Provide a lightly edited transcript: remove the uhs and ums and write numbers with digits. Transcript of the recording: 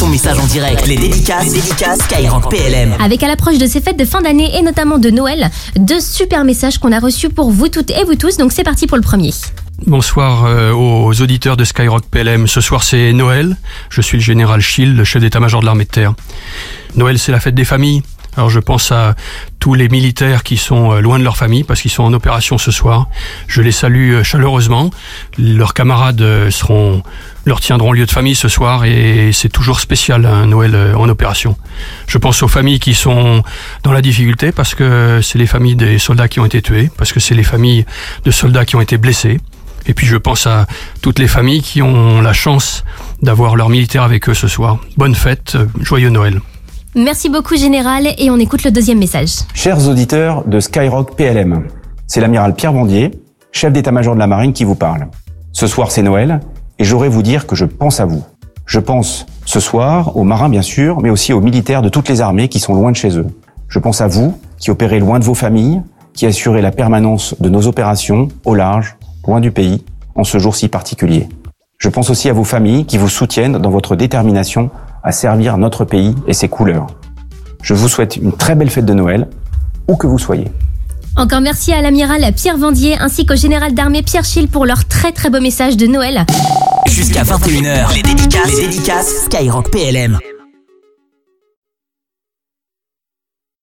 ton message en direct. Les dédicaces Skyrock PLM. Avec à l'approche de ces fêtes de fin d'année et notamment de Noël, 2 super messages qu'on a reçus pour vous toutes et vous tous. Donc c'est parti pour le premier. Bonsoir aux auditeurs de Skyrock PLM. Ce soir c'est Noël. Je suis le général Schill, le chef d'état-major de l'armée de terre. Noël, c'est la fête des familles. Alors je pense à tous les militaires qui sont loin de leur famille parce qu'ils sont en opération ce soir. Je les salue chaleureusement. Leurs camarades leur tiendront lieu de famille ce soir et c'est toujours spécial un Noël en opération. Je pense aux familles qui sont dans la difficulté parce que c'est les familles des soldats qui ont été tués, parce que c'est les familles de soldats qui ont été blessés. Et puis je pense à toutes les familles qui ont la chance d'avoir leurs militaires avec eux ce soir. Bonne fête, joyeux Noël. Merci beaucoup Général et on écoute le deuxième message. Chers auditeurs de Skyrock PLM, c'est l'amiral Pierre Vandier, chef d'état-major de la marine qui vous parle. Ce soir c'est Noël et j'aurais vous dire que je pense à vous. Je pense ce soir aux marins bien sûr, mais aussi aux militaires de toutes les armées qui sont loin de chez eux. Je pense à vous qui opérez loin de vos familles, qui assurez la permanence de nos opérations au large, loin du pays, en ce jour si particulier. Je pense aussi à vos familles qui vous soutiennent dans votre détermination à servir notre pays et ses couleurs. Je vous souhaite une très belle fête de Noël, où que vous soyez. Encore merci à l'amiral Pierre Vandier ainsi qu'au général d'armée Pierre Schill pour leur très très beau message de Noël. Jusqu'à 21h, les dédicaces Skyrock PLM.